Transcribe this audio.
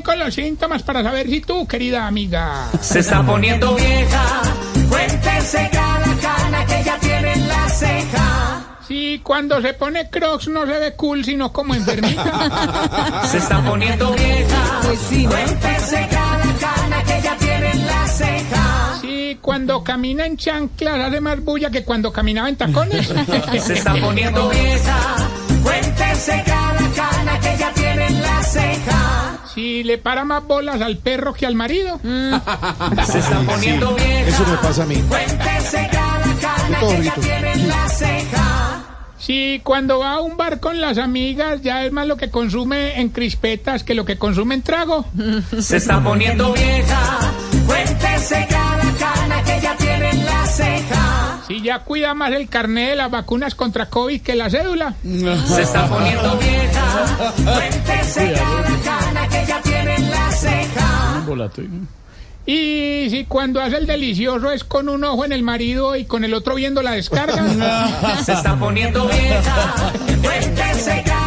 con los síntomas para saber si tú, querida amiga, se está poniendo vieja. Cuéntese cada cana que ya tiene en la ceja. si cuando se pone Crocs no se ve cool, sino como enfermita. Se está poniendo vieja. Pues sí, ¿no? Cuéntese cada cana que ya tiene en la ceja. si cuando camina en chanclas hace más bulla que cuando caminaba en tacones. Se está poniendo vieja. Cuéntese cada cana que ya tiene en la ceja. si le para más bolas al perro que al marido. Se está poniendo vieja. Eso me pasa a mí. Cuéntese cada cana Todo que ya grito. tiene en la ceja. si cuando va a un bar con las amigas ya es más lo que consume en crispetas que lo que consume en trago. Se está poniendo vieja. Cuéntese cada cana que ya tiene en la ceja. si ya cuida más el carnet de las vacunas contra COVID que la cédula. Se está poniendo vieja. Cuéntese cada cana que ya tiene en la ceja. Y si cuando hace el delicioso es con un ojo en el marido y con el otro viendo la descarga. Se está poniendo vieja. Cuéntese cada